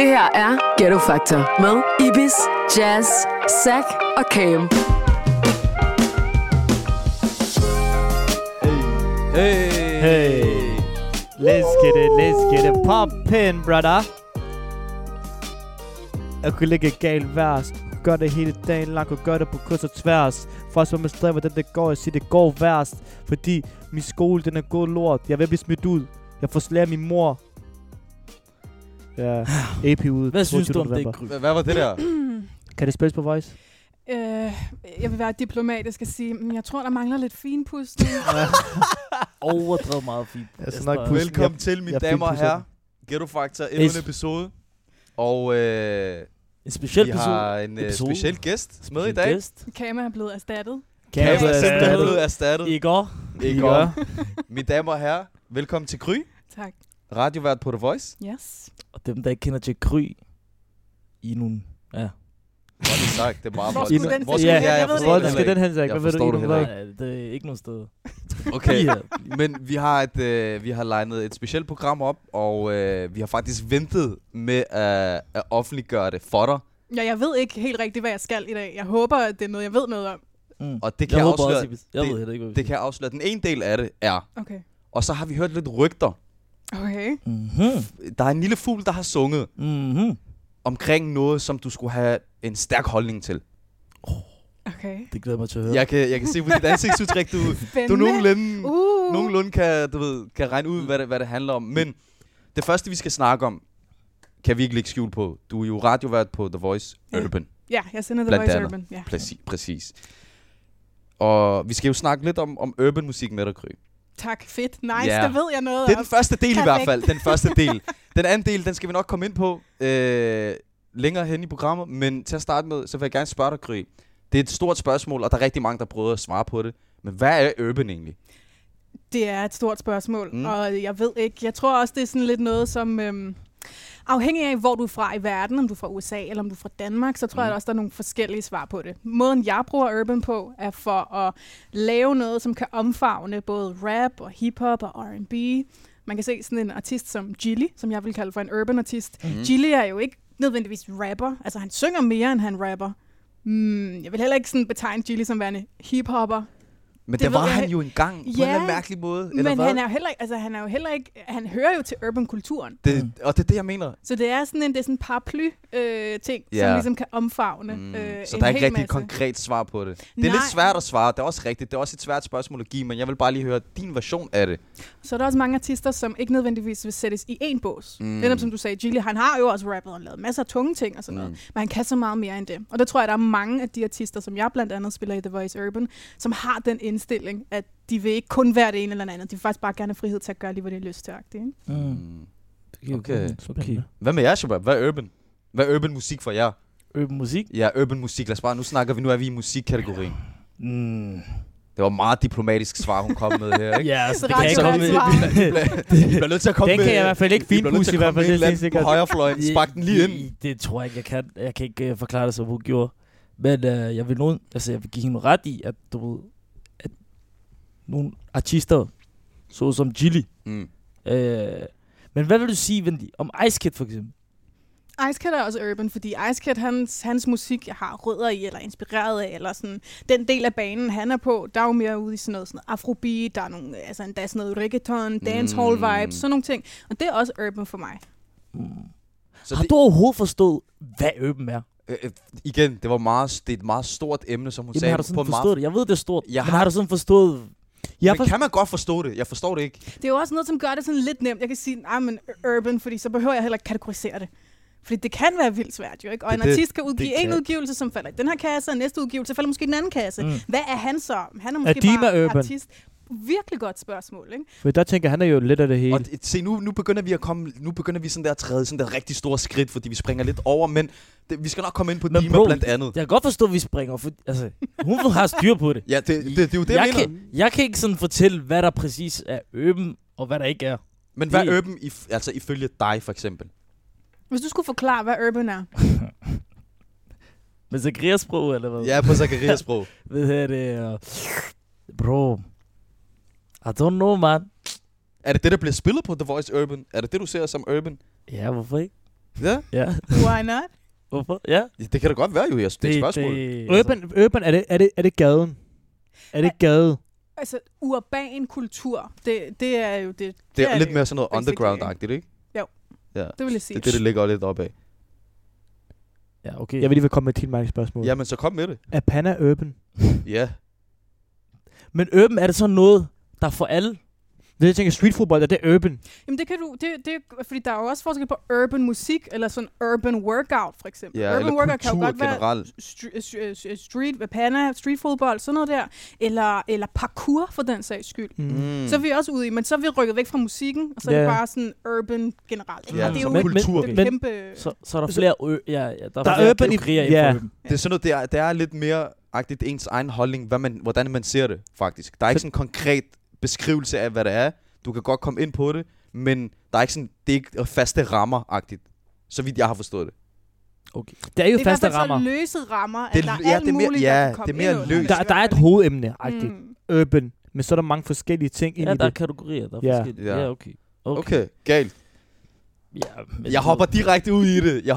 Det her er Ghetto Factor med Ibis, Jazz, Zach og Cam. Hey. Let's get it poppin', brother. Jeg kunne lægge galt vers. Gør det hele dagen lang og gør det på kryds og tværs. For så man stræber den der går, jeg siger det går værst. Fordi min skole den er god lort. Jeg vil blive smidt ud. Jeg får slæret min mor. Ja, AP ud. Hvad synes du om det, Gry? Hvad var det der? Kan det spilles på voice? Jeg vil være diplomatisk og sige, men jeg tror, der mangler lidt finpustning. Overdrevet meget fint. Velkommen til, mine damer og herrer. Ghetto Factor, endnu en episode. Og en speciel vi har en speciel gæst med i dag. Kama er blevet erstattet. Kama er blevet erstattet. I går. Mine damer og herrer, velkommen til Gry. Tak. Radiovært på The Voice. Yes. Og dem, der ikke kender til Gry, I nogle... Ja. Hvor er det sagt? Det er meget flot. Hvor skal den hen, Zach? Jeg forstår det heller ikke. Det er ikke nogen sted. Okay, men vi har legnet et specielt program op, og vi har faktisk ventet med at offentliggøre det for dig. Ja, jeg ved ikke helt rigtigt, hvad jeg skal i dag. Jeg håber, at det er noget, jeg ved noget om. Og det kan jeg afsløre. Det kan jeg afsløre. Den ene del af det er. Okay. Og så har vi hørt lidt rygter. Okay. Der er en lille fugl, der har sunget omkring noget, som du skulle have en stærk holdning til. Okay. Det glæder mig til at høre. Jeg kan se på dit ansigtsudtryk, du nogenlunde kan regne ud, hvad det handler om. Men det første, vi skal snakke om, kan vi ikke lægge skjul på. Du er jo radiovært på The Voice Urban. Ja, jeg sender The Voice Urban. Ja. Præcis. Og vi skal jo snakke lidt om urban musik med dig, Gry. Tak, fedt. Nice, det ved jeg noget om. Det er den første del i hvert fald. Den første del. Den anden del, den skal vi nok komme ind på længere hen i programmet. Men til at starte med, så vil jeg gerne spørge dig, Gry. Det er et stort spørgsmål, og der er rigtig mange, der prøver at svare på det. Men hvad er urban egentlig? Det er et stort spørgsmål, og jeg ved ikke. Jeg tror også, det er sådan lidt noget, som... afhængig af, hvor du er fra i verden, om du er fra USA eller om du er fra Danmark, så tror jeg også, der er nogle forskellige svar på det. Måden, jeg bruger urban på, er for at lave noget, som kan omfavne både rap og hiphop og R&B. Man kan se sådan en artist som Gilly, som jeg vil kalde for en urban artist. Gilly er jo ikke nødvendigvis rapper. Altså, han synger mere, end han rapper. Jeg vil heller ikke sådan betegne Gilly som værende hiphopper. Men det var han jo engang på en eller anden mærkelig måde. Men han er jo heller ikke, han hører jo til urban-kulturen. Og det er det, jeg mener. Så det er sådan en paraply ting, som ligesom kan omfavne så der er ikke rigtig et konkret svar på det. Det er lidt svært at svare, det er også rigtigt. Det er også et svært spørgsmål at give, men jeg vil bare lige høre din version af det. Så er der også mange artister, som ikke nødvendigvis vil sættes i én bås. Netop som du sagde, Gilly, han har jo også rappet og lavet masser af tunge ting og sådan noget, men han kan så meget mere end det. Og der tror jeg, der er mange af de artister, som jeg blandt andet spiller i The Voice Urban, som har den indstilling, at de vil ikke kun være det ene eller andet. De vil faktisk bare gerne have frihed til at gøre lige, hvad de har lyst til. Okay. Hvad med jer, Shabab? Hvad er urban? Hvad er urban musik for jer? Urban musik? Ja, urban musik. Lad os bare, nu er vi i musikkategorien. Det var meget diplomatisk svar, hun kom med her, ikke? Ja, så det kan jeg ikke komme med. Vi bliver nødt til at komme med. Den kan jeg i hvert fald ikke finpudse i hvert fald. Det er sikkert. På højrefløjen. Spark den lige ind. Det tror jeg ikke, jeg kan. Jeg kan ikke forklare det, som hun gjorde. Men jeg vil give hende ret i, at at nogle artister, så som Gilly. Men hvad vil du sige, Wendy, om Ice Kid for eksempel? Ice Kid er også urban, fordi Ice Kid, hans musik har rødder i, eller inspireret af, eller sådan, den del af banen, han er på, der er jo mere ude i sådan noget afrobeat, der er nogle, endda sådan noget reggaeton, dancehall vibes, sådan nogle ting, og det er også urban for mig. Så har du overhovedet forstået, hvad urban er? Igen, det er et meget stort emne, som hun sagde. Har du sådan forstået det? Jeg ved, det er stort, men har du sådan forstået... Men kan man godt forstå det? Jeg forstår det ikke. Det er jo også noget, som gør det sådan lidt nemt. Jeg kan sige, men urban, fordi så behøver jeg heller ikke kategorisere det. Fordi det kan være vildt svært, jo ikke? Og en artist kan udgive en udgivelse, som falder i den her kasse, og næste udgivelse falder måske i den anden kasse. Hvad er han så? Han er måske bare urban? Artist. Virkelig godt spørgsmål, ikke? For der tænker han er jo lidt af det hele. Og se, nu begynder vi sådan der at træde sådan der rigtig store skridt, fordi vi springer lidt over, men vi skal nok komme ind på Dima blandt andet. Jeg kan godt forstå, at vi springer, for hun har styr på det. Ja, det er jo det, jeg mener. Jeg kan ikke sådan fortælle, hvad der præcis er urban, og hvad der ikke er. Men hvad er urban ifølge dig, for eksempel? Hvis du skulle forklare, hvad urban er. Med Zacharias-sprog, eller hvad? Ja, på Zacharias-sprog. Hvad det? Bro, I don't know, man. Er det det, der bliver spillet på The Voice Urban? Er det det, du ser som urban? Ja, hvorfor ikke? Ja, Ja. Why not? Hvorfor? Ja. det kan da godt være jo, det er et spørgsmål. Urban, er det gaden? Er det gade? Altså, urban kultur, det er jo det. Det er lidt jo mere sådan noget basically, underground-agtigt, ikke? Jo. Ja. Det vil jeg sige. Det er det ligger lidt op af. Ja, okay. Jeg vil lige komme med et helt mange spørgsmål. Jamen, så kom med det. Er Panna urban? Ja. Men urban, er det så noget, der er for alle? Det jeg tænker, streetfodbold, er det urban? Jamen det kan du, det fordi der er jo også forskel på urban musik, eller sådan urban workout for eksempel. Ja, Urban eller workout kan jo kultur godt generelt. være street, panna, streetfodbold, sådan noget der. Eller parkour for den sags skyld. Så er vi også ude i, men så er vi rykket væk fra musikken, og så er det bare sådan urban generelt. Ja, og det er jo kultur. det kæmpe... Så er der flere der er flere urban kategorier ja. inden for urban. Det er sådan noget, det er lidt mere agtigt ens egen holdning, hvordan man ser det, faktisk. Der er ikke sådan en konkret beskrivelse af, hvad det er. Du kan godt komme ind på det, men der er ikke sådan, det er ikke faste rammer-agtigt. Så vidt jeg har forstået det. Okay. Det er jo det er faste i hvert fald rammer. så løse rammer, Det- at der er ja, alt det er mere- muligt, ja, der kan komme det er mere ind under. løst. Der er et hovedemne-agtigt. Urban. Men så er der mange forskellige ting ind Ja, i der er det. kategorier, der er Ja. forskellige. Ja. Ja, okay. Okay, galt. Ja, men Jeg hopper direkte ud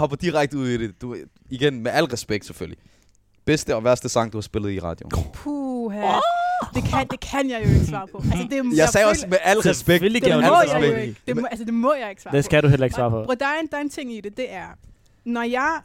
i det. Du, igen, med al respekt selvfølgelig. Bedste og værste sang, du har spillet i radioen. Puha. Det kan jeg jo ikke svare på. Altså, Jeg sagde også med al respekt. Selvfølgelig det kan må jeg jo jeg ikke jo svare ikke. Det må jeg ikke svare på. Det skal du heller ikke svare på. Og der er en ting i det, det er, når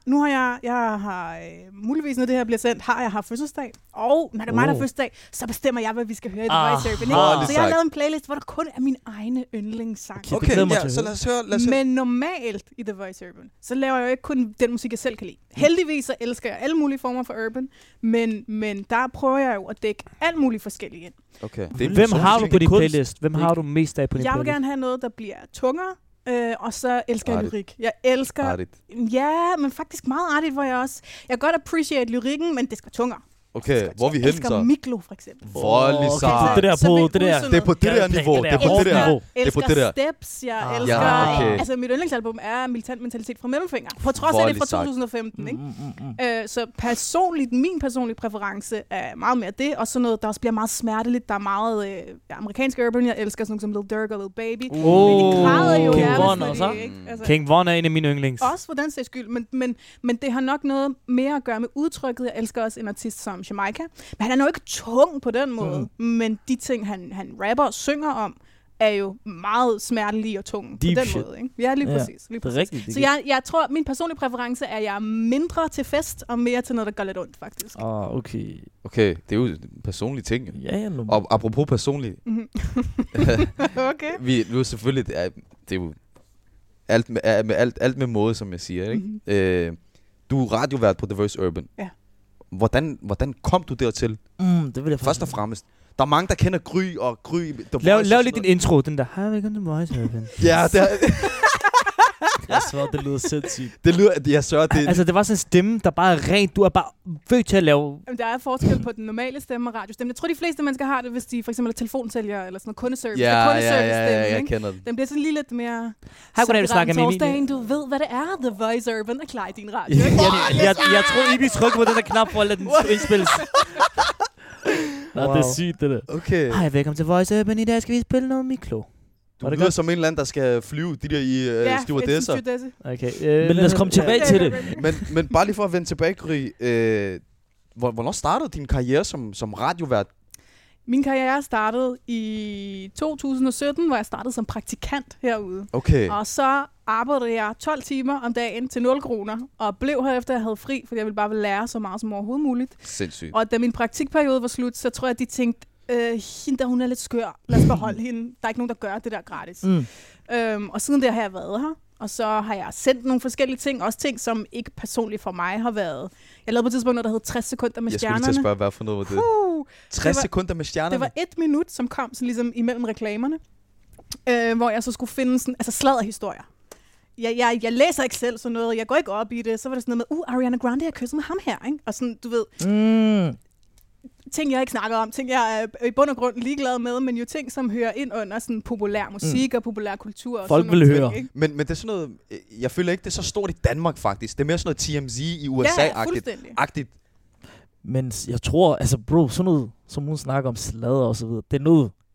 jeg har muligvis, når det her bliver sendt, har jeg haft fødselsdag. Og når det er mig, der har fødselsdag, så bestemmer jeg, hvad vi skal høre i The Voice Urban. Så jeg har lavet en playlist, hvor der kun er mine egne yndlingssang. Okay, glæder mig til ja, at så høre. lad os høre. Men normalt i The Voice Urban, så laver jeg jo ikke kun den musik, jeg selv kan lide. Heldigvis så elsker jeg alle mulige former for urban, men der prøver jeg jo at dække alt muligt forskelligt ind. Okay. Hvem har du på din kunst. playlist? Hvem har du mest af på din Jeg vil playlist? gerne have noget, der bliver tungere, og så elsker jeg Artigt. lyrik. Jeg elsker... Artigt. Ja, men faktisk meget artigt, hvor jeg også... Jeg kan godt appreciate lyrikken, men det skal tungere. Okay, hvor er vi Jeg henne elsker så? Miklo, for eksempel. Voldelig Okay, sejt. det der Så på vil- det der. sådan Det er på det der Ja, niveau. det Det er er på det der. niveau. Det er på det der. Steps, jeg Ah. elsker... Ja, okay. Altså, mit yndlingsalbum er Militant Mentalitet fra Mellemfinger. På trods af det fra Voldelig sejt. 2015, ikke? Så personligt, min personlige præference er meget mere det, og sådan noget, der også bliver meget smerteligt. Der er meget amerikansk urban. Jeg elsker sådan noget som Lil Durk og Lil Baby. Men de græder jo King nærmest, Von når de også. ikke... Altså, King Von er en af mine yndlings. også for den sags skyld, men det har nok noget mere at gøre med udtrykket. Jeg elsker også en artist som Jamaica. Men han er jo ikke tung på den måde. Men de ting, han rapper og synger om, er jo meget smertelige og tunge Deep på den shit. måde. Ikke? Ja, lige Ja, præcis. Lige det er præcis. rigtigt. Så jeg tror, min personlige præference er, at jeg er mindre til fest og mere til noget, der gør lidt ondt, faktisk. Okay. Okay, det er jo en personlig ting. Jo. Ja, nu. Og apropos personligt, Okay. vi er jo selvfølgelig, det er jo alt med måde, som jeg siger, ikke? Du er radiovært på The Voice Urban. Ja. Hvordan kom du dertil? Det vil jeg Først og fremmest. Der er mange, der kender Gry og Gry. The Voice Lav og lige sådan din intro, den der. Hi, welcome to Voice Urban. noget. Ja, Jeg svær, det lyder sindssygt. det lyder, at jeg sørger, det... Altså, det var sådan en stemme, der bare er rent. Du er bare født til at lave... Jamen, der er forskel på den normale stemme og radiostemme. Jeg tror, de fleste mennesker har det, hvis de for eksempel er telefonsælgere eller sådan noget kundeservice. Det er kundeservice-stemme, jeg ikke? kender den. Den bliver sådan lige lidt mere... Hej, goddag, du snakker med torsdagen, du ved, hvad det er. The Voice Urban er klar i din radio. Jeg tror, Ibi trykker på den der knap for at lade den indspilles. Nej, det er sygt, det der. Okay. Hej, velkommen til Voice Urban. I dag skal vi spille noget Miklo. Du lyder som en eller anden, der skal flyve de der i stewardesser. Okay. Men lad os komme tilbage til det. Men bare lige for at vende tilbage, Gry. Hvornår startede din karriere som radiovært? Min karriere startede i 2017, hvor jeg startede som praktikant herude. Okay. Og så arbejdede jeg 12 timer om dagen til 0 kroner, og blev herefter, jeg havde fri, fordi jeg ville bare lære så meget som overhovedet muligt. Sindssygt. Og da min praktikperiode var slut, så tror jeg, de tænkte, hende der, hun er lidt skør. Lad os beholde hende. Der er ikke nogen, der gør det der gratis. Og siden der har jeg været her. Og så har jeg sendt nogle forskellige ting. Også ting, som ikke personligt for mig har været... Jeg lavede på et tidspunkt noget, der hed 60 sekunder med stjernerne. Jeg skulle lige til at spørge, hvad for noget var det? 60 sekunder med stjernerne? Det var 1 minut, som kom sådan ligesom imellem reklamerne. Hvor jeg så skulle finde sådan, altså sladderhistorier. Jeg læser ikke selv sådan noget. Jeg går ikke op i det. Så var det sådan noget med, Ariana Grande har kysset med ham her. Ikke? Og sådan, du ved... Ting, jeg ikke snakker om, ting, jeg er i bund og grund ligeglad med, men jo ting, som hører ind under sådan populær musik og populær kultur. Og folk sådan vil nogle høre. ting, ikke? Men det er sådan noget... Jeg føler ikke, det er så stort i Danmark, faktisk. Det er mere sådan noget TMZ i USA-agtigt. Ja, Men jeg tror, altså bro, sådan noget, som hun snakker om sladder og så videre, det er noget,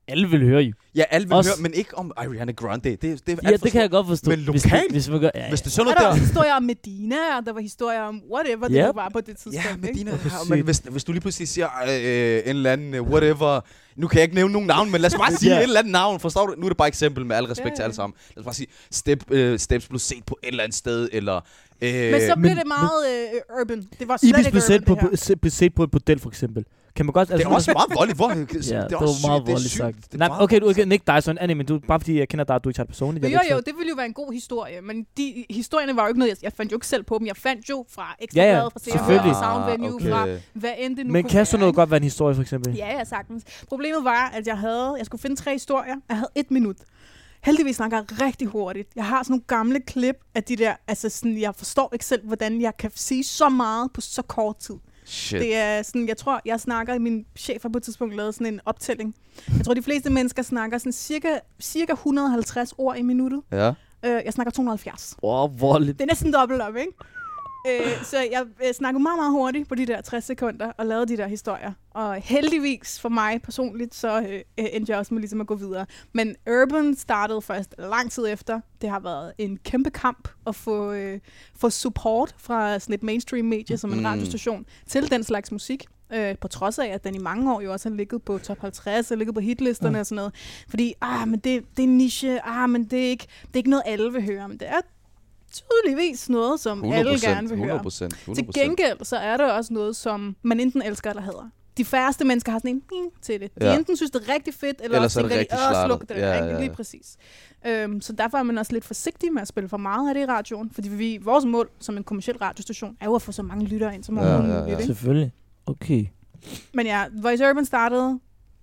alle vil høre jo. Ja, alle vil Også- høre, men ikke om Ariana Grande. Det er alt Ja, for det kan stort. jeg godt forstå. Men lokalt? Hvis man gør, ja, Hvis det er Der sådan var noget der der... historier om Medina, og der var historier om whatever det Yep. nu var på det tidspunkt. Ja, ikke? Medina, Det er ja, sygt. men hvis du lige pludselig siger en eller anden whatever, nu kan jeg ikke nævne nogen navn, men lad os bare sige Ja. et eller andet navn, forstår du? Nu er det bare et eksempel med al respekt Ja, til ja. alle sammen. Lad os bare sige, Steps blev set på et eller andet sted, eller... Men så blev Men- det meget urban. Det var slet Ibis ikke blev set urban, på, det her. blev set på et bordel, for eksempel. Kan man godt... Det er også meget voldeligt. Hvor, Ja, det det er var også meget sygt, det er voldeligt sygt. sagt. Det er Nej, meget okay, du voldeligt. kan ikke dig sådan, men du, bare fordi jeg kender dig, du ikke tager det personligt. Men Jeg ved jo, ikke det ville jo være en god historie, men de historierne var jo ikke noget, jeg fandt jo ikke selv på dem. Jeg fandt jo fra Ja, Ekstrabladet, fra selvfølgelig. fra Sound Venue, fra hvad end det nu Men kunne kan sådan noget være, godt være en historie, for eksempel? ikke? Ja, sagtens. Problemet var, at jeg skulle finde 3 historier. Jeg havde 1 minut. Heldigvis snakker jeg rigtig hurtigt. Jeg har sådan nogle gamle klip af de der, altså sådan, jeg forstår ikke selv, hvordan jeg kan sige så meget på så kort tid. Shit. Det er sådan, jeg tror, jeg snakker, min chef har på et tidspunkt lavet sådan en optælling. Jeg tror, de fleste mennesker snakker sådan cirka 150 ord i minuttet. Ja. Jeg snakker 270. voldeligt. Det er næsten dobbelt op, ikke? Så jeg snakkede meget, meget hurtigt på de der 60 sekunder og lavede de der historier. Og heldigvis for mig personligt, så endte jeg også med ligesom at gå videre. Men Urban startede først lang tid efter. Det har været en kæmpe kamp at få support fra sådan et mainstream medie som en radiostation til den slags musik. På trods af, at den i mange år jo også har ligget på top 50 og ligget på hitlisterne og sådan noget. Fordi, men det er en niche, men det er ikke noget, alle vil høre. Men det er tydeligvis noget, som alle gerne vil høre. 100%. Til gengæld, så er det også noget, som man enten elsker eller hader. De færreste mennesker har sådan en til det. De enten synes, det er rigtig fedt, eller Ellers også er det tænker rigtig de, sluk det. slattet. Ja. Lige præcis. Så derfor er man også lidt forsigtig med at spille for meget af det i radioen. Fordi vores mål som en kommerciel radiostation er jo at få så mange lyttere ind som overhovedet muligt. ikke? Selvfølgelig. Okay. Men ja, Voice Urban startede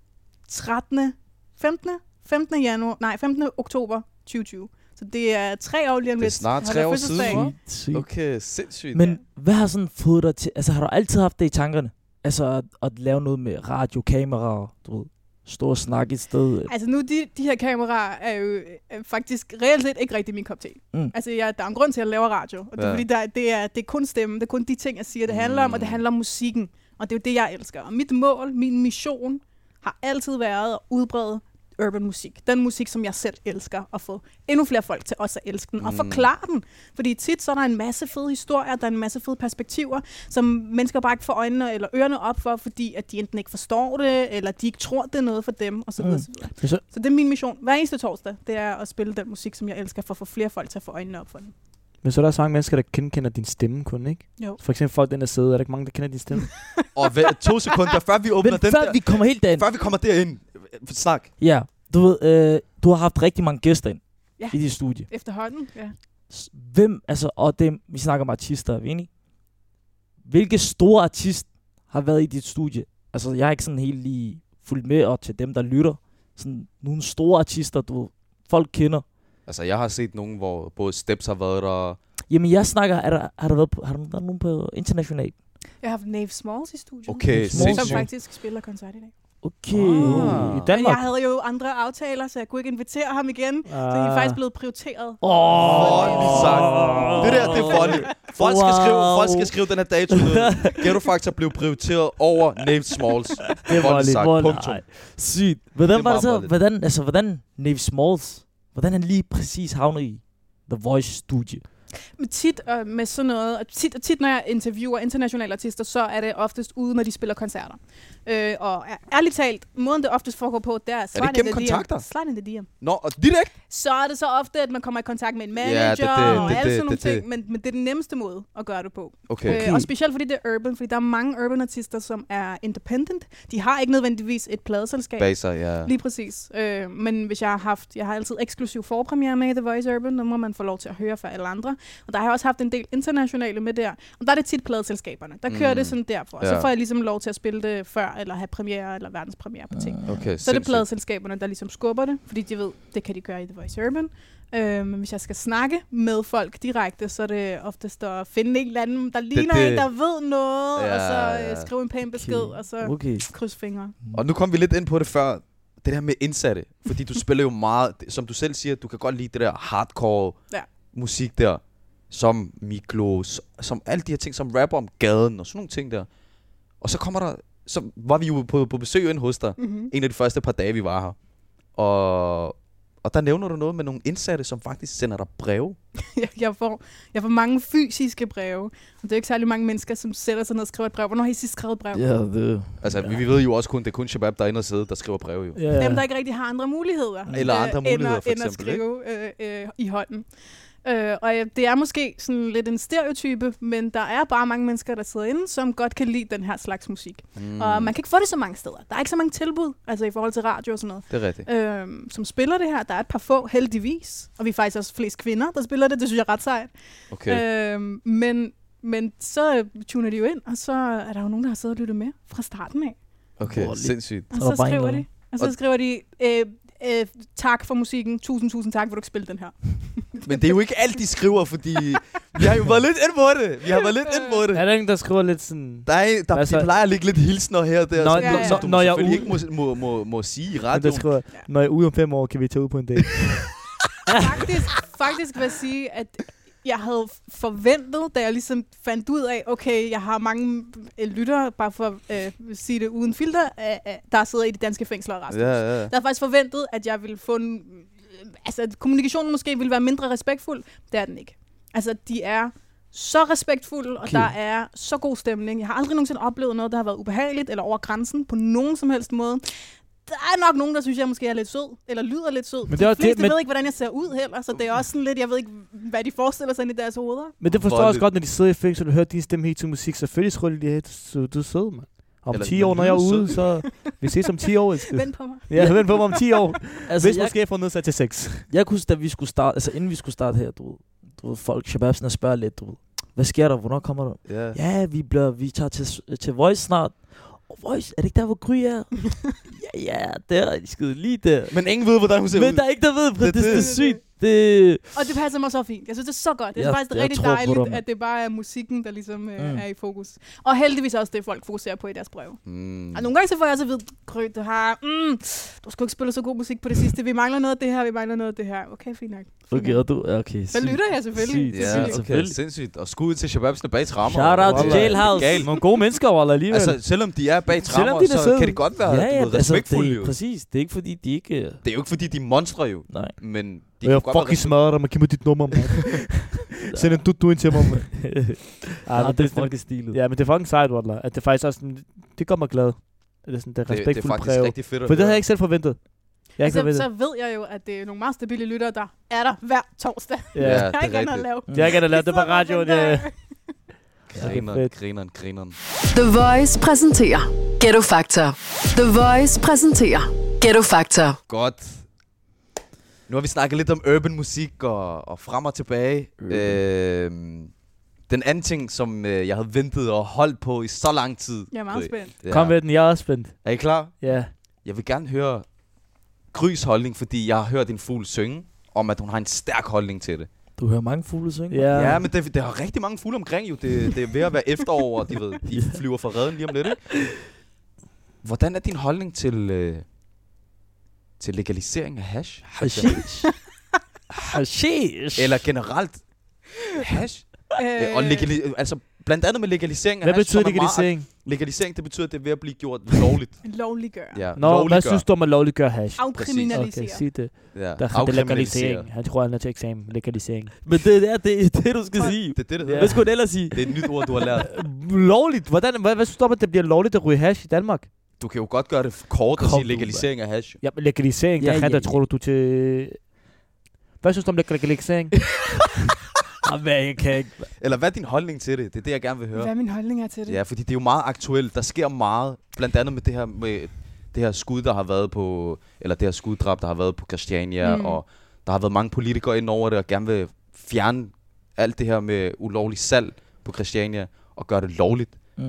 15. oktober 2020. Så det er 3 år lige om Det er lidt. snart Holder 3 år fødselsdag. siden. Sygt. Okay, sindssygt. Men hvad har sådan fået dig til... Altså, har du altid haft det i tankerne? Altså, at lave noget med radio, kameraer, du ved, stå og snakke et sted? Altså nu, de her kameraer er jo faktisk reelt set ikke rigtig min kop te. Altså der er en grund til, at jeg laver radio. Og det er fordi, det er kun stemmen, det er kun de ting, jeg siger, det handler om, og det handler om musikken. Og det er jo det, jeg elsker. Og mit mål, min mission, har altid været at udbrede urban musik. Den musik, som jeg selv elsker, og få endnu flere folk til også at elske den, og forklare den. Fordi tit så er der en masse fede historier, der er en masse fede perspektiver, som mennesker bare ikke får øjnene eller ørerne op for, fordi at de enten ikke forstår det, eller de ikke tror, det er noget for dem, osv. Så det er min mission. Hver eneste torsdag, det er at spille den musik, som jeg elsker, for at få flere folk til at få øjnene op for den. Men så er der så mange mennesker, der kender din stemme kun, ikke? Jo. For eksempel folk, den der sidder, er der ikke mange, der kender din stemme? Og 2 sekunder, før vi åbner Men den før der... vi kommer helt derind. Før vi kommer derind. Snak. Ja, du ved, du har haft rigtig mange gæster ind i dit studie. Efterhånden, ja. Hvem, altså, og dem, vi snakker om artister, er vi enige? Hvilke store artist har været i dit studie? Altså, jeg har ikke sådan helt lige fulgt med, og til dem, der lytter. Sådan nogle store artister, du ved, folk kender. Altså, jeg har set nogen, hvor både Steps har været der. Jamen, jeg snakker, har der været nogen på internationalt? Jeg har haft Nave Smalls i studiet. Okay, som sindssygt. faktisk spiller koncert i dag. Okay. I Men Danmark? jeg havde jo andre aftaler, så jeg kunne ikke invitere ham igen. Så I er faktisk blevet prioriteret. Det der, det er voldeligt. Folk skal skrive den her dato ned. Ghetto Factor blev prioriteret over Nave Smalls. Det er voldeligt. Sygt. Hvordan var det så? Hvordan Nave Smalls, hvordan han lige præcis havner i The Voice studie? Men tit med sådan noget, og tit når jeg interviewer internationale artister, så er det oftest ude, når de spiller koncerter. Og ærligt talt, måden det oftest foregår på, det er det gennem kontakter? Slide in the DM. Nå, og direkt? Så er det så ofte, at man kommer i kontakt med en manager og alle sådan nogle ting, men det er den nemmeste måde at gøre det på. Okay. Og specielt fordi det er urban, fordi der er mange urban artister, som er independent. De har ikke nødvendigvis et pladeselskab. Baser, ja. Lige præcis. Men hvis jeg har altid eksklusiv forpremiere med i The Voice Urban, så må man få lov til at høre for alle andre. Og der har jeg også haft en del internationale med der. Og der er det tit pladeselskaberne. Der kører det sådan derfra. Og så får jeg ligesom lov til at spille det før, eller have premiere, eller verdenspremiere på ting. Okay, så er det pladeselskaberne, der ligesom skubber det, fordi de ved, det kan de gøre i The Voice Urban. Men hvis jeg skal snakke med folk direkte, så er det oftest at finde en eller anden, der ligner en, der ved noget, og så skrive en pæn besked, og så kryds fingre. Og nu kom vi lidt ind på det før. Det der med indsatte. Fordi du spiller jo meget, som du selv siger, du kan godt lide det der hardcore musik der. Som Miklo, som alle de her ting, som rapper om gaden og sådan nogle ting der. Og så kommer der, så var vi jo på besøg inde hos dig, en af de første par dage, vi var her. Og der nævner du noget med nogle indsatte, som faktisk sender dig breve. Jeg får mange fysiske breve. Og det er ikke særlig mange mennesker, som sætter sig ned og skriver et brev. Hvornår har I sidst skrevet et brev? Ja, det... Altså, vi ved jo også kun, det er kun Shabab, der er inde og sidde, der skriver breve jo. Ja. Dem, der ikke rigtig har andre muligheder. Eller andre muligheder, for end eksempel. at skrive i hånden. Og det er måske sådan lidt en stereotype, men der er bare mange mennesker, der sidder inde, som godt kan lide den her slags musik. Og man kan ikke få det så mange steder. Der er ikke så mange tilbud, altså i forhold til radio og sådan noget. Det er rigtigt. Som spiller det her. Der er et par få, heldigvis. Og vi er faktisk også flest kvinder, der spiller det. Det synes jeg er ret sejt. Okay. Men så tuner de jo ind, og så er der jo nogen, der har siddet og lyttet med fra starten af. Okay, sindssygt. Og så skriver de, tak for musikken. Tusind tak, for du ikke spille den her. Men det er jo ikke alt, de skriver, fordi vi har jo været lidt ind på det. Er der ingen, der skriver lidt sådan... Der Altså- de plejer at ligge lidt hilsner her og der, som du når jeg selvfølgelig ude- ikke må sige i Men der radioen. skriver, når jeg er ude om 5 år, kan vi tage ud på en date. Faktisk vil jeg sige, at jeg havde forventet, da jeg ligesom fandt ud af, okay, jeg har mange lyttere, bare for at sige det uden filter, der sidder i de danske fængsler og arresthus. Ja. Der har faktisk forventet, at jeg ville få at kommunikationen måske ville være mindre respektfuld. Det er den ikke. Altså, de er så respektfulde, og der er så god stemning. Jeg har aldrig nogensinde oplevet noget, der har været ubehageligt eller over grænsen på nogen som helst måde. Der er nok nogen, der synes, jeg måske er lidt sød, eller lyder lidt sød. Men det er de fleste det, ved ikke, hvordan jeg ser ud heller, så det er også sådan lidt, jeg ved ikke, hvad de forestiller sig ind i deres hoveder. Men det forstår jeg også godt, når de sidder i fængsel og hører din stemme helt til musik. Selvfølgelig tror de, at du er sød, mand. Om Eller 10 år, når jeg er lyder ude, så vi ses om 10 år. Vent på mig. Ja, vent på mig om 10 år. Altså, Hvis måske jeg får nedsat til 6. Jeg kunne, da vi skulle starte, altså inden vi skulle starte her, du ved folk, Shababsen og spørger lidt, du ved, hvad sker der, hvornår kommer du? Ja. Ja, vi tager til Voice snart. Og Voice, er det ikke der, hvor Gry er? ja, der er de skide lige der. Men ingen ved, hvordan hun ser ud. Men der er ikke, der ved, det er sygt. Og det passer mig så fint. Jeg synes, det er så godt. Det er Jeg- faktisk jeg rigtig tror på dig, dejligt, mand. at det bare er musikken, der ligesom er i fokus. Og heldigvis også det, folk fokuserer på i deres brev. Og nogle gange så får jeg også at vide, Gry, du skal ikke spille så god musik på det sidste. Vi mangler noget af det her, vi mangler noget af det her. Okay, fint nok. Okay, og du, okay. Så lytter jeg selvfølgelig. Sygt. Ja, okay, Selvfølgelig. sindssygt. Og skud til Shababsene bag trammer. Shout out til Wallah. Jailhouse. Galt. Nogle gode mennesker, Wallah, alligevel. Altså, selvom de er bag Selvom trammer, de er så søde. kan det godt være respektfulde det jo. er præcis. Det er ikke fordi, de ikke... Det er jo ikke fordi, de er monstre jo. Nej. Men de jeg kan godt fucking smadrer dig, man giver mig dit nummer, mand. Send en du ind til mig, mand. Ja, det er fucking stilet. Ja, men det er fucking sejt, Wallah. At det faktisk også sådan, det gør mig glad. At det er sådan, det er det er respektfuldt faktisk brev. rigtig fedt at For det havde høre. jeg ikke selv forventet. Jeg har ikke forventet. Så ved jeg jo, at det er nogle meget stabile lyttere, der er der hver torsdag. Ja, Jeg har det er ikke andet at rigtigt. lave. jeg har ikke andet lavet det på radioen. Grineren. The Voice præsenterer Ghetto Factor. The Voice præsenterer Ghetto Factor. Godt. Nu har vi snakket lidt om urban musik og frem og tilbage. Den anden ting, som jeg havde ventet og holdt på i så lang tid. Jeg er meget spændt. Ja. Kom med den, jeg er også spændt. Er I klar? Ja. Jeg vil gerne høre Grys holdning, fordi jeg har hørt en fugl synge, om at hun har en stærk holdning til det. Du hører mange fugle synge. Ja, men der er rigtig mange fugle omkring jo. Det er ved at være efterår, og de flyver fra reden lige om lidt, ikke? Hvordan er din holdning til legalisering af hash? Hashish. Hashish. Eller generelt hash? Og altså blandt andet med legalisering af Hvad hash. betyder som er meget- legalisering? Legalisering, det betyder, at det er ved at blive gjort lovligt. Lovliggør. Ja, Nå, hvad lovliggør. synes du om at lovliggøre hash? Afkriminalisere. Okay, sig det. Ja, Der er det legalisering. afkriminalisere. Han tror, han er til eksamen. Legalisering. Men det er det, du skal sige. Det er det, det Ja. Hvad skulle du ellers sige? Det er et nyt ord, du har lært. Lovligt? Hvad synes du om, at det bliver lovligt at ryge hash i Danmark? Du kan jo godt gøre det kort og Kom sige du, legalisering af hash. Ja, men legalisering, Ja, ja. tror du til... Hvad synes du om legalisering? Jeg kan ikke. Eller hvad er din holdning til det? Det er det, jeg gerne vil høre. Hvad er min holdning er til det? Ja, fordi det er jo meget aktuelt. Der sker meget, blandt andet med det her skud, der har været på, eller det her skuddrab, der har været på Christiania, og der har været mange politikere ind over det, og gerne vil fjerne alt det her med ulovlig salg på Christiania, og gøre det lovligt.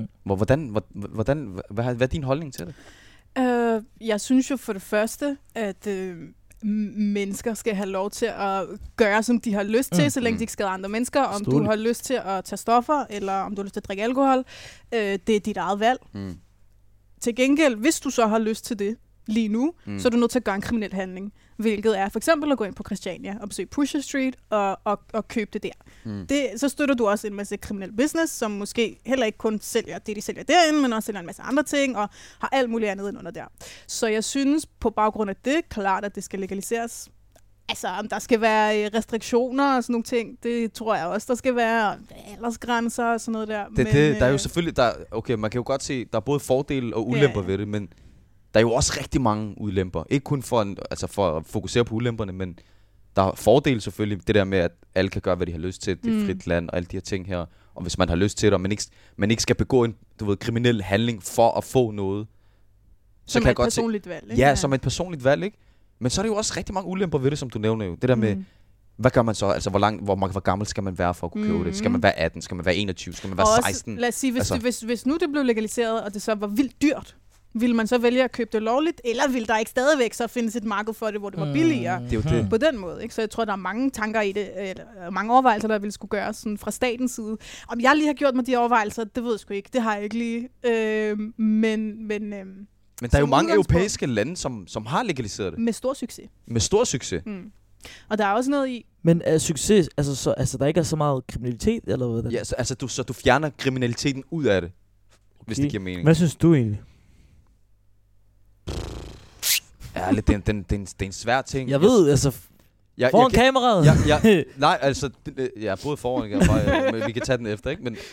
Hvad er din holdning til det? Jeg synes jo for det første, at mennesker skal have lov til at gøre, som de har lyst til, så længe de ikke skader andre mennesker. Om du har lyst til at tage stoffer, eller om du har lyst til at drikke alkohol, det er dit eget valg. Til gengæld, hvis du så har lyst til det, lige nu, så er du nødt til at gøre en kriminel handling. Hvilket er for eksempel at gå ind på Christiania og besøge Pusher Street og købe det der. Så støtter du også en masse kriminel business, som måske heller ikke kun sælger det, de sælger derinde, men også sælger en masse andre ting, og har alt muligt andet ind under der. Så jeg synes på baggrund af det, klart, at det skal legaliseres. Altså, om der skal være restriktioner og sådan nogle ting, det tror jeg også, der skal være aldersgrænser og sådan noget der. Der er jo selvfølgelig, okay, man kan jo godt se, der er både fordele og ulemper ved det, men der er jo også rigtig mange ulemper. Ikke kun for at fokusere på ulemperne, men der er fordele selvfølgelig, det der med, at alle kan gøre, hvad de har lyst til, det er frit land og alle de her ting her. Og hvis man har lyst til det, og man ikke skal begå en kriminel handling for at få noget. Så som et personligt valg, ikke? Ja, som et personligt valg, ikke? Men så er det jo også rigtig mange ulemper ved det, som du nævner jo. Det der med, hvad gør man så? Altså, hvor gammel skal man være for at kunne købe det? Skal man være 18? Skal man være 21? Skal man være 16? Også, lad os sige, hvis nu det blev legaliseret, og det så var vildt dyrt, ville man så vælge at købe det lovligt, eller ville der ikke stadigvæk så findes et marked for det, hvor det var billigere? Det er jo det. På den måde, ikke? Så jeg tror, der er mange tanker i det, eller mange overvejelser, der ville skulle gøres sådan fra statens side. Om jeg lige har gjort mig de overvejelser, det ved jeg sgu ikke. Det har jeg ikke lige. Men der er jo mange europæiske lande, som har legaliseret det. Med stor succes. Med stor succes. Og der er også noget i... Men er succes, altså der ikke er så meget kriminalitet, eller hvad? Ja, så du fjerner kriminaliteten ud af det, hvis det giver mening. Hvad synes du egentlig? Ja, det er en svær ting. Jeg ved, altså... Foran kameraet? Nej, altså... Ja, både foran og vi kan tage den efter, ikke? Men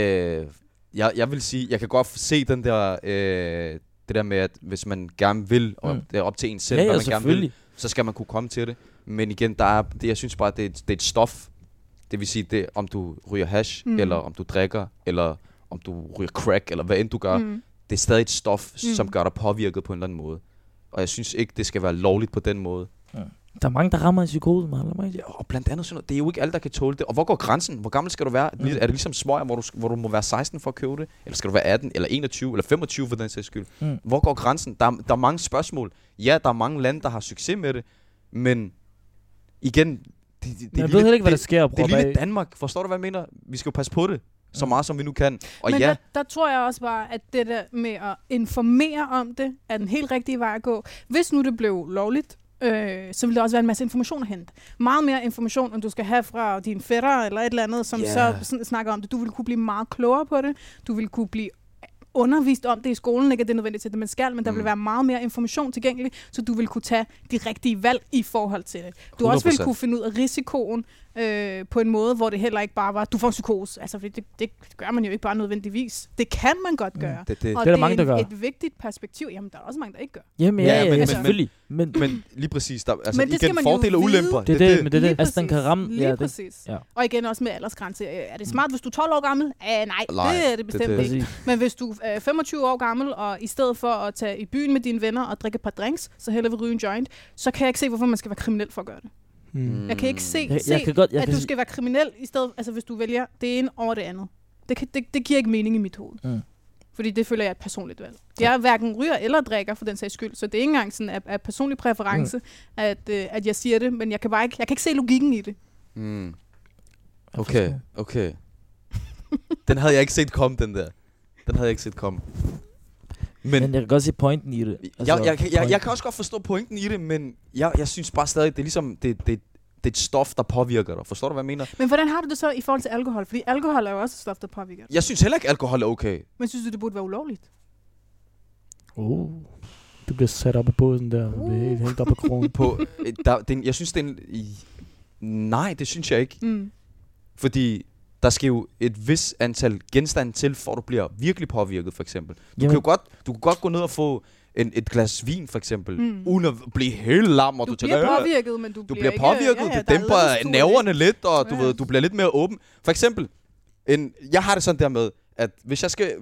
jeg vil sige, jeg kan godt se den der... det der med, at hvis man gerne vil, og det er op til en selv, hvad man gerne vil, så skal man kunne komme til det. Men igen, jeg synes bare, det er et stof. Det vil sige, det, om du ryger hash, eller om du drikker, eller om du ryger crack, eller hvad end du gør. Det er stadig et stof, som gør dig påvirket på en eller anden måde. Og jeg synes ikke, det skal være lovligt på den måde. Der er mange, der rammer en psykose, man. Ja, og blandt andet sådan noget. Det er jo ikke alle, der kan tåle det. Og hvor går grænsen? Hvor gammel skal du være? Er det ligesom smøger, hvor du må være 16 for at købe det? Eller skal du være 18, eller 21, eller 25 for den sags skyld? Hvor går grænsen? Der er mange spørgsmål. Ja, der er mange lande, der har succes med det. Men igen... Jeg ved ikke, hvad der sker. Det er lille Danmark. Forstår du, hvad jeg mener? Vi skal jo passe på det. Så meget, som vi nu kan. Og men der tror jeg også bare, at det der med at informere om det, er den helt rigtige vej at gå. Hvis nu det blev lovligt, så vil der også være en masse information at hente. Meget mere information, end du skal have fra dine fætter eller et eller andet, som så snakker om det. Du vil kunne blive meget klogere på det. Du vil kunne blive undervist om det i skolen. Ikke at det er nødvendigt til det, man skal, men der vil være meget mere information tilgængelig, så du vil kunne tage de rigtige valg i forhold til det. Du 100%. Også vil kunne finde ud af risikoen på en måde, hvor det heller ikke bare var, du får psykose. Altså, det gør man jo ikke bare nødvendigvis. Det kan man godt gøre. Og det er der mange, der gør. Et vigtigt perspektiv. Jamen, der er også mange, der ikke gør. Jamen, ja, selvfølgelig. Men lige præcis, altså men igen, fordele og ulemper. Det er det. Altså, den kan ramme. Lige præcis. Ja. Og igen også med aldersgrænse. Er det smart, hvis du er 12 år gammel? Nej, det er det bestemt ikke. Men hvis du er 25 år gammel, og i stedet for at tage i byen med dine venner og drikke et par drinks, så hellere vil ryge en joint, så kan jeg ikke se, hvorfor man skal være kriminel for at gøre det. Jeg kan ikke se at du skal være kriminel i stedet, altså hvis du vælger det ene over det andet. Det giver ikke mening i mit hoved. Fordi det føler jeg er et personligt valg. Jeg hverken ryger eller drikker for den sags skyld, så det er ikke engang sådan af personlig præference, at jeg siger det, men jeg kan ikke se logikken i det. Okay. Den havde jeg ikke set komme, den der. Den havde jeg ikke set komme. Men jeg kan godt se pointen i det. Altså, jeg kan også godt forstå pointen i det, men jeg synes bare stadig, det er ligesom, det er et stof, der påvirker dig. Forstår du, hvad jeg mener? Men hvordan har du det så i forhold til alkohol? Fordi alkohol er jo også et stof, der påvirker dig. Jeg synes heller ikke, alkohol er okay. Men synes du, det burde være ulovligt? Du bliver sat op af båden der. Du bliver helt hængt op af krogen. Jeg synes, det er nej, det synes jeg ikke. Fordi der skal jo et vis antal genstande til, for at du bliver virkelig påvirket, for eksempel. Du kan godt gå ned og få et glas vin, for eksempel, uden at blive helt lam. Og du bliver påvirket, men du bliver påvirket. Det dæmper nerverne lidt, og du bliver lidt mere åben. For eksempel, jeg har det sådan der med, at hvis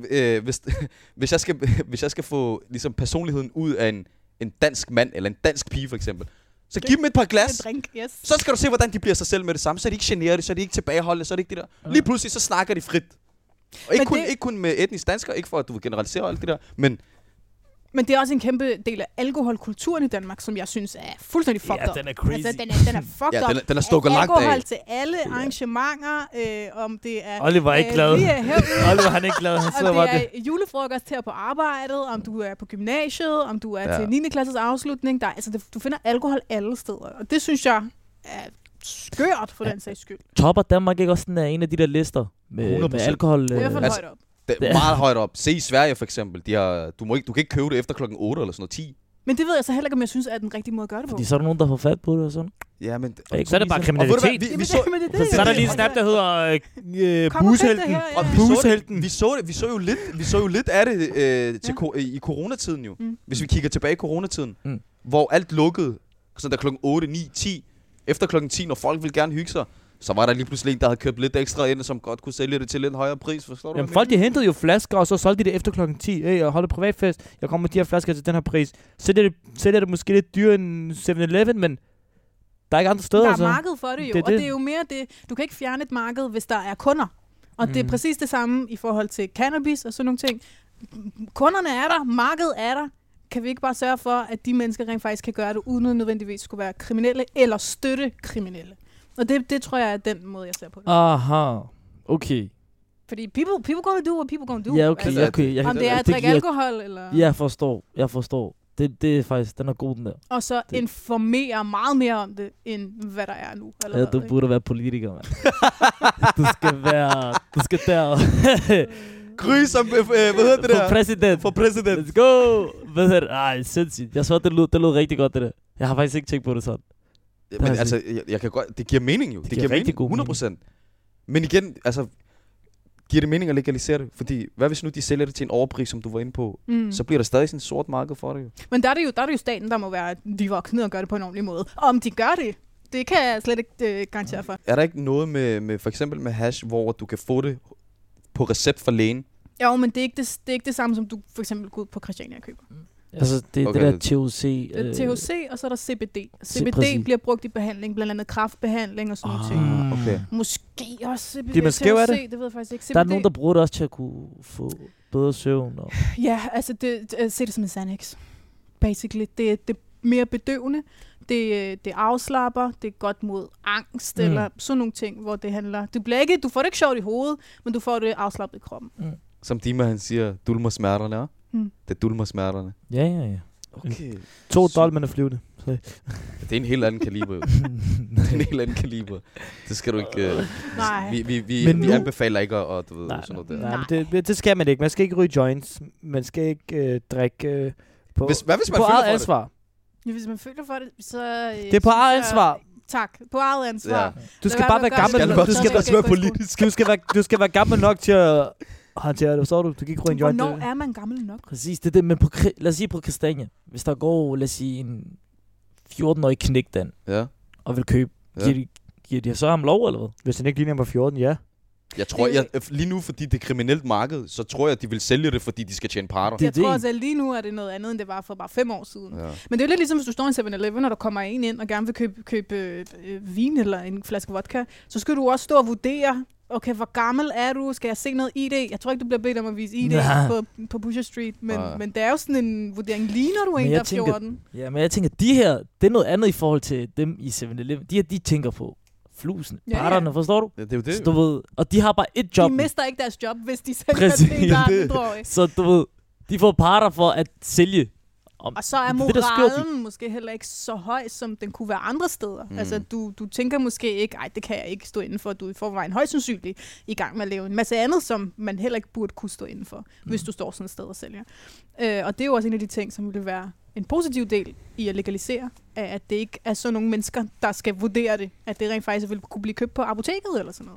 jeg skal få ligesom personligheden ud af en dansk mand, eller en dansk pige, for eksempel, så giv dem et par glas, så skal du se, hvordan de bliver sig selv med det samme. Så er de ikke generede, så er de ikke tilbageholdende, så er det ikke det der. Lige pludselig, så snakker de frit. Og ikke kun med etnisk danskere, ikke for at du vil generalisere alt det der, men Men det er også en kæmpe del af alkoholkulturen i Danmark, som jeg synes er fuldstændig fucked up. Ja, den er crazy. Altså, den er fucked up. Den er stukket langt af. Alkohol til alle arrangementer, om det er... Oliver er ikke glad. Oliver han er ikke glad. Han om det er julefrokost her på arbejdet, om du er på gymnasiet, om du er til 9. klasses afslutning. Du finder alkohol alle steder, og det synes jeg er skørt for den sags skyld. Topper Danmark ikke også en af de der lister med alkohol? Det er i hvert fald højt op. Det er meget højt op. Se i Sverige for eksempel. Du kan ikke købe det efter klokken 8 eller sådan noget 10. Men det ved jeg så heller ikke, om jeg synes er den rigtige måde at gøre det på. Fordi så er der nogen, der får fat på det og sådan. Ja, men... Så er det bare kriminalitet. Så er der lige en snap, der hedder bushelten. Bushelten. Vi så jo lidt af det i coronatiden jo. Hvis vi kigger tilbage i coronatiden, hvor alt lukkede, sådan der klokken 8, 9, 10. Efter klokken 10, når folk ville gerne hygge sig, så var der lige pludselig en, der havde købt lidt ekstra ind, som godt kunne sælge det til lidt højere pris. Forstår du? Jamen folk, de hentede jo flasker, og så solgte de det efter klokken 10. Hey, og holdt privatfest. Jeg kommer med de her flasker til den her pris. Sælger det måske lidt dyrere end 7-Eleven, men der er ikke andre steder. Der er marked for det jo, og det er jo mere det. Du kan ikke fjerne et marked, hvis der er kunder. Og det er præcis det samme i forhold til cannabis og sådan nogle ting. Kunderne er der, markedet er der. Kan vi ikke bare sørge for, at de mennesker rent faktisk kan gøre det, uden at nødvendigvis skulle være kriminelle eller støtte kriminelle? Og det tror jeg er den måde, jeg ser på det. Aha, okay. Fordi people gonna do what people gonna do. Ja, okay. Altså, okay. om det er at drikke alkohol, eller... Jeg forstår. Det er faktisk, den er god, den der. Og så informere meget mere om det, end hvad der er nu. Ja, du burde være politiker, mand. Du skal der... Gry som, hvad hedder det der? For præsident. Let's go! Hvad hedder det? Ej, sindssygt. Jeg så, det lød rigtig godt, det der. Jeg har faktisk ikke tænkt på det sådan. Men altså, jeg kan godt... Det giver mening jo. Det giver rigtig mening, 100%. Men igen, altså... Giver det mening at legalisere det? Fordi, hvad hvis nu de sælger det til en overpris, som du var inde på? Så bliver der stadig sådan en sort marked for det jo. Men der er det jo staten, der må være de voksne og gøre det på en ordentlig måde. Og om de gør det, det kan jeg slet ikke garantere for. Er der ikke noget med for eksempel med hash, hvor du kan få det på recept fra lægen? Jo, men det er ikke det samme, som du for eksempel går ud på Christiania og køber. Altså, det er det der THC. THC, og så er der CBD. CBD bliver brugt i behandling, blandt andet kræftbehandling og sådan noget ting. Okay. Måske også CBD. Det man skrev af det? Det ved jeg faktisk ikke. CBD. Der er nogen, der bruger det også til at kunne få bedre søvn. Og... Ja, altså, se det som en Xanax. Basically. Det er mere bedøvende. Det afslapper. Det er godt mod angst, eller sådan nogle ting, hvor det handler... Du får det ikke sjovt i hovedet, men du får det afslappet i kroppen. Som Dima han siger, dulmer smerterne, ja? Det dulmer smerterne. Ja. Okay. 2 dolmen er flyvende. Det er en helt anden kaliber. Det er en helt anden kaliber. Det skal du ikke... Nej. Vi anbefaler ikke at du ved, sådan noget der. Nej, men det skal man ikke. Man skal ikke ryge joints. Man skal ikke drikke på... Hvad hvis man på føler eget for ansvar. Ja, hvis man føler for det, så... Det er på eget ansvar. Tak. På eget ansvar. Ja. Du skal bare være gammel. Du skal være gammel nok til at håndtere det. Så du kan ikke ryge en joint. Hvornår er man gammel nok? Præcis, det er det. Men lad os sige på Christiania. Hvis der går, lad os sige, en 14-årig knægdan og vil købe, giver de så ham lov, eller hvad? Hvis han ikke ligner på 14, ja. Jeg tror, lige nu, fordi det er kriminelt marked, så tror jeg, at de vil sælge det, fordi de skal tjene parter. Jeg tror også, at lige nu er det noget andet, end det var for bare 5 år siden. Ja. Men det er jo lidt ligesom, hvis du står i 7-Eleven, og der kommer en ind og gerne vil købe vin eller en flaske vodka, så skal du også stå og vurdere, okay, hvor gammel er du? Skal jeg se noget ID? Jeg tror ikke, du bliver bedt om at vise ID på Pusher Street, men det er jo sådan en vurdering. Ligner du en, der er 14? Ja, men jeg tænker, de her, det er noget andet i forhold til dem i 7-Eleven. De tænker på flusen. Parterne, forstår du? Ja, det er jo det. Så, du ved, og de har bare et job. De mister ikke deres job, hvis de sælger det. Så du ved, de får parter for at sælge. Og så er moralen måske heller ikke så høj, som den kunne være andre steder. Altså, du tænker måske ikke, det kan jeg ikke stå inden for. Du er i forvejen højst sandsynligt i gang med at lave en masse andet, som man heller ikke burde kunne stå inden for, hvis du står sådan et sted og sælger. Og det er jo også en af de ting, som vil være en positiv del i at legalisere, at det ikke er sådan nogle mennesker, der skal vurdere det. At det rent faktisk vil kunne blive købt på apoteket eller sådan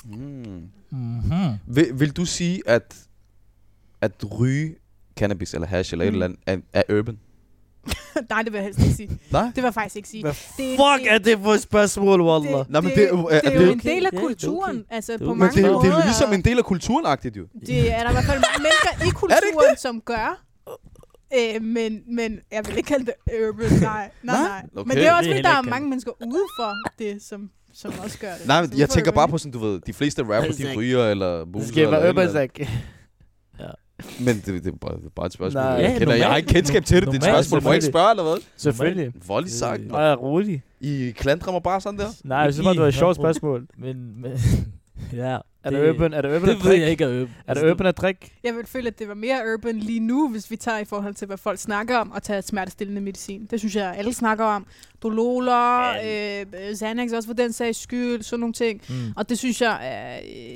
noget. Vil du sige, at ryge cannabis eller hash eller et eller andet er urban? Nej, det vil jeg helst ikke sige. Nej? Det vil jeg faktisk ikke sige. Hvad fuck er det for et spørgsmål, Wallah? Det er jo en del af kulturen. Altså, på mange måder. Det er jo ligesom en del af kulturen-agtigt, jo. Det er der i hvert fald mennesker i kulturen, som gør. Men jeg vil ikke kalde det urban. Nej. Okay. Men det er også fordi, der er mange mennesker ude for det, som også gør det. Nej, men jeg tænker bare på sådan, du ved, de fleste rapper, de ryger eller det skal være urban, Men det er bare et spørgsmål. Nej, Jeg har ikke kendskab til det. Det er et spørgsmål. Må jeg ikke spørge, eller hvad? Selvfølgelig. Voldeligt sagt. Nej, rolig. I klandrer mig bare sådan der? Nej, jeg synes bare, det var et sjovt spørgsmål. Men ja. Er det urban at det ved drikke? jeg ikke er urban. Er det urban at drikke? Jeg vil føle, at det var mere urban lige nu, hvis vi tager i forhold til, hvad folk snakker om, og tager smertestillende medicin. Det synes jeg, alle snakker om. Dololer, Xanax også for den sags skyld, sådan nogle ting. Og det synes jeg er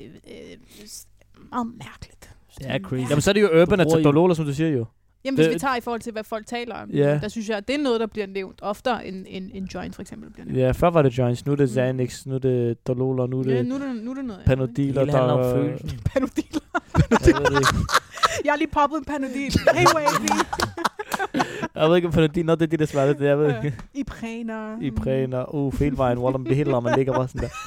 meget mærkeligt. Det er crazy. Jamen, så er det jo urban at tage dololer, som du siger jo. Jamen, hvis vi tager i forhold til, hvad folk taler om, der synes jeg, at det er noget, der bliver nævnt oftere, end joint for eksempel bliver nævnt. Ja, før var det joints, nu er det Xanax, nu er det dololer, nu er det, nu er det noget. Panodiler, der er følelsen. Panodiler. Jeg har lige poppet en Panodil. Hey, wavy. Jeg ved ikke, om Panodil, det er det, der svarer det, jeg ved ikke. Ipræner. Felvejen, hvor det helt, når man ligger bare sådan der.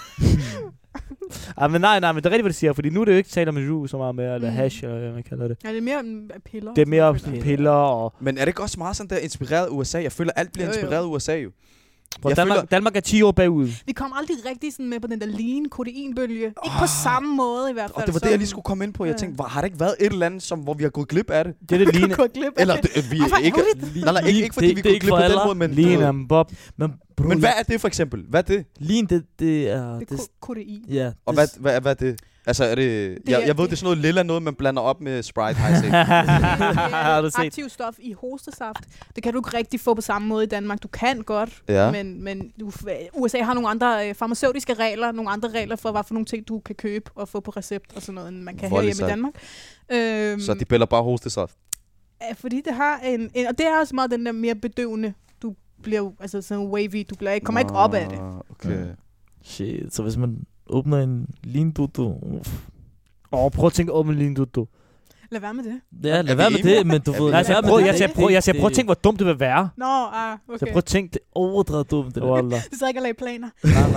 Men nej, men det er rigtigt, hvad du siger, fordi nu er det jo ikke tale om en så meget mere, eller hash, eller hvad man kalder det. Ja, det er mere piller. Det er mere sådan piller og... Men er det ikke også meget sådan der inspireret af USA? Jeg føler, alt bliver inspireret af USA jo. Danmark er 10 år bagud. Vi kom aldrig rigtig sådan med på den der lean-kodeinbølge. Ikke på samme måde i hvert fald. Og det var det, jeg lige skulle komme ind på. Jeg tænkte, har der ikke været et eller andet, hvor vi har gået glip af det? Det er det lean. Eller vi ikke... Ikke fordi vi går glip på den måde, men... Lean og bob. Men hvad er det for eksempel? Hvad er det? Lean, det er... Det er kodein. Ja. Og hvad er det? Altså er det... Jeg ved, det er sådan noget lilla noget, man blander op med Sprite, har jeg set. Har du set? Aktiv stof i hostesaft. Det kan du ikke rigtig få på samme måde i Danmark. Du kan godt, men USA har nogle andre farmaceutiske regler, nogle andre regler for, hvad for nogle ting, du kan købe og få på recept og sådan noget, end man kan her hjemme i Danmark. Så de bæller bare hostesaft? Fordi det har og det er også meget den der mere bedøvende. Du bliver jo altså sådan wavy, du kommer ikke op af det. Okay. Shit, så hvis man åbner en linduto. Prøv at tænke åbne en linduto. Lad være med det. Ja, lad være med det, men du ved... Jeg siger, prøv at tænke, hvor dumt det vil være. Okay. Så prøv at tænke det. Overdrevet dumt, det der. Du sidder ikke og lagde planer.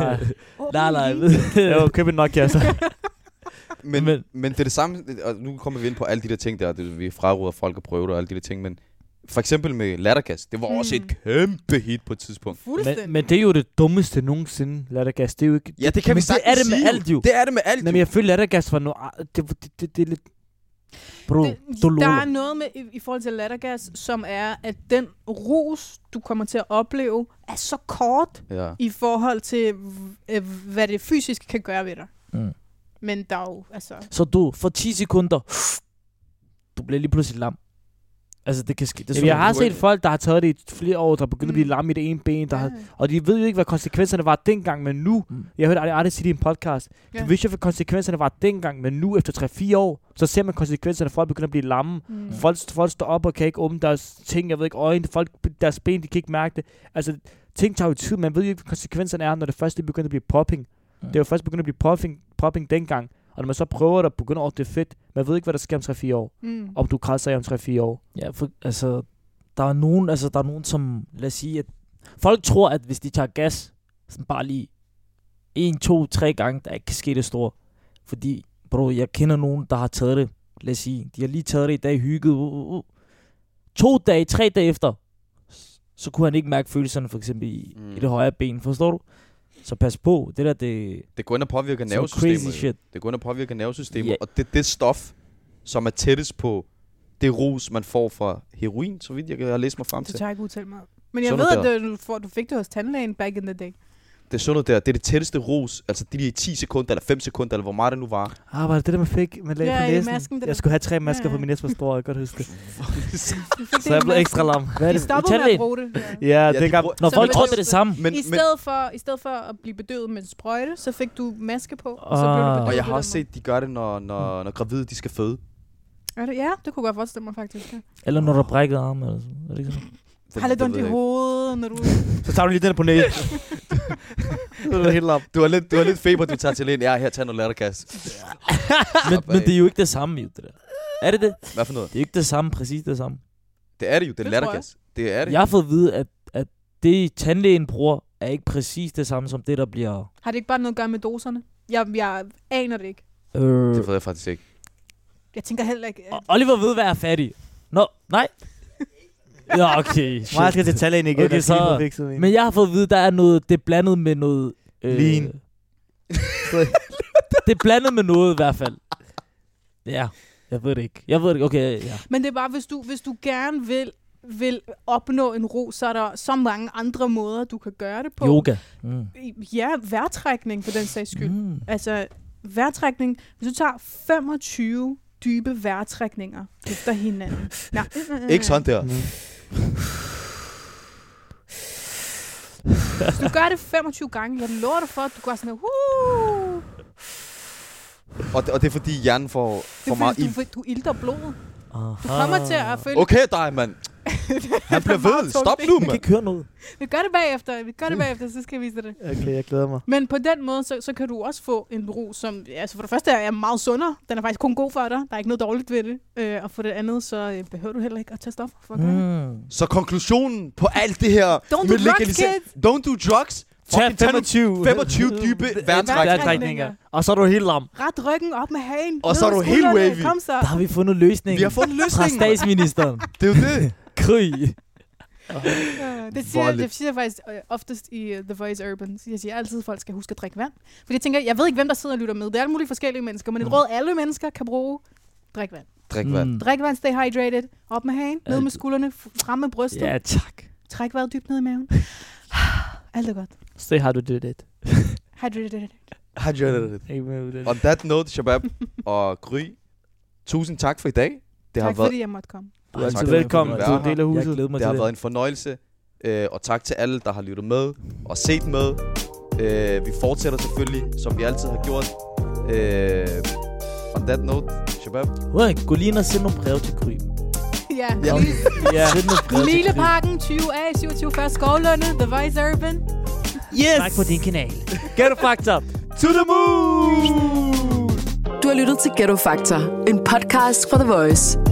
Nej. Jo, køb en Nokia, så. Men det er det samme, og nu kommer vi ind på alle de der ting der, vi fraråder folk at prøve det og alle de der ting, men for eksempel med lattergas, det var også et kæmpe hit på et tidspunkt. Men det er jo det dummeste nogensinde, lattergas. Det er jo ikke... Ja, det kan vi sagtens sige. Det er det med alt jo. Det er det med alt. Men jeg føler, lattergas var noget... Det er lidt... Bro, der er noget med i forhold til lattergas, som er, at den rus, du kommer til at opleve, er så kort i forhold til, hvad det fysisk kan gøre ved dig. Men der er jo, altså... Så du, for 10 sekunder, du bliver lige pludselig lam. Altså, det kan ske. Jeg har set folk, der har taget det i flere år, der begynder at blive lam i det ene ben, og de ved jo ikke, hvad konsekvenserne var dengang, men nu... Jeg hørte aldrig sige det i en podcast. Du vidste jo, hvad konsekvenserne var dengang, men nu efter 3-4 år, så ser man konsekvenserne, at folk begynder at blive lamme. Folk står op og kan ikke åbne deres ting, jeg ved ikke, øjne, deres ben, de kan ikke mærke det. Altså, ting tager jo tid, man ved jo ikke, hvad konsekvenserne er, når det først begynder at blive popping. Det er jo først begyndt at blive popping dengang. Og når man så prøver det og begynder at det er fedt, man ved ikke, hvad der sker om 3-4 år. Om du krasser om 3-4 år. Ja, for, altså, der er nogen, som, lad os sige, at folk tror, at hvis de tager gas, sådan bare lige 1, 2, 3 gange, der ikke kan ske det store. Fordi, bro, jeg kender nogen, der har taget det, lad os sige, de har lige taget det i dag, hygget. 2 dage, 3 dage efter, så kunne han ikke mærke følelserne, for eksempel i det højre ben, forstår du? Så pas på, det der, det går ind og påvirker nervesystemet. Det går ind og påvirker nervesystemet, og det stof, som er tættest på det rus, man får fra heroin, så vidt jeg har læst mig frem til. Det tager jeg ikke udtalt mig. Men jeg ved, at du fik det hos tandlægen back in the day. Det er sådan noget der, det er det tætteste rus, altså de 10 sekunder, eller 5 sekunder, eller hvor meget det nu var. Var det det, man fik med læge på næsen? Masken, jeg skulle have 3 masker på min næse, hvor stor, jeg godt huske det. Så jeg blev ekstra lam. Hvad er det? De stoppede med at bruge det. Ja, det gør... Når folk tror, det er det samme. I stedet for at blive bedøvet med en sprøjte, så fik du maske på, og så blev du bedøvet. Og jeg har også set, de gør det, når gravide, de skal føde. Er det? Ja, det kunne godt forestille mig faktisk. Ja. Eller når der brækker arme, eller sådan. Er det ikke sådan? Har lidt ondt i hovedet, når du... Så tager du lige den på næsen. Du er helt op. Du har lidt feber, du tager til lægen. Ja, her, tag noget lattergas. men det er jo ikke det samme, jo, det der. Er det det? Hvad for noget? Det er ikke det samme, præcis det samme. Det er det jo, det er lattergas. Det er det. Jeg har fået at vide, at det tandlægen bruger, er ikke præcis det samme som det, der bliver... Har det ikke bare noget at gøre med doserne? Jeg aner det ikke. Det ved jeg faktisk ikke. Jeg tænker heller ikke... Oliver ved, hvad jeg er fattig. Nej. Ja, okay. Shit. Jeg skal til tandlægen igen. Okay, så, men jeg har fået at vide, der er noget, det er blandet med noget... Lean. Det er blandet med noget i hvert fald. Ja. Jeg ved det ikke. Okay, ja. Men det er bare, hvis du gerne vil opnå en ro, så er der så mange andre måder, du kan gøre det på. Yoga. Ja, vejrtrækning for den sags skyld. Altså, vejrtrækning. Hvis du tager 25 dybe vejrtrækninger efter hinanden. Nej. Ikke sådan der. Hvis du gør det 25 gange, jeg lover dig for, at du går sådan her, Og det er fordi hjernen får meget ild. Du ilter blodet. Du kommer til at føle... Okay dig, mand. Han bliver ved. Stop nu, mand. Vi kan køre noget. Vi gør det bagefter, så skal jeg vise dig det. Okay, jeg glæder mig. Men på den måde, så kan du også få en ro, som altså for det første er meget sundere. Den er faktisk kun god for dig. Der er ikke noget dårligt ved det. Og for det andet, så behøver du heller ikke at tage stoffer for at gøre det. Så konklusionen på alt det her... Don't do drugs, kids! Don't do drugs! Tag 25 dybe vejrtrækninger. Og så er du helt lam. Ret ryggen op med hagen. Og så er du helt wavy. Kom så. Der har vi fundet løsningen. Vi har fundet løsningen. Fra statsministeren. Det er jo det. Kry. Det siger faktisk oftest i The Voice Urban. Jeg siger altid, at folk skal huske at drikke vand. Fordi jeg tænker, jeg ved ikke, hvem der sidder og lytter med. Det er alle mulige forskellige mennesker, men et råd, alle mennesker kan bruge. Drik vand. Drik vand, stay hydrated. Op med hagen, ned med skuldrene, frem med brystet. Ja, tak. Træk vejret dybt ned i maven. Alt er godt. Stay hydrated. Hydrated. On that note, Shabab og Gry, tusind tak for i dag. Tak fordi jeg måtte komme. Du er altid velkommen. Du er en del af huset. Det har været en fornøjelse. Og tak til alle, der har lyttet med og set med. Vi fortsætter selvfølgelig, som vi altid har gjort. On that note, Shabab. Gå lige ind og send nogle brev til Gry. Ja. Mileparken 20A, 27 Skovlunde, The Voice Urban. Yes! Tak for din kanal. Ghetto Factor. To the moon! Du har lyttet til Ghetto Factor, en podcast fra The Voice.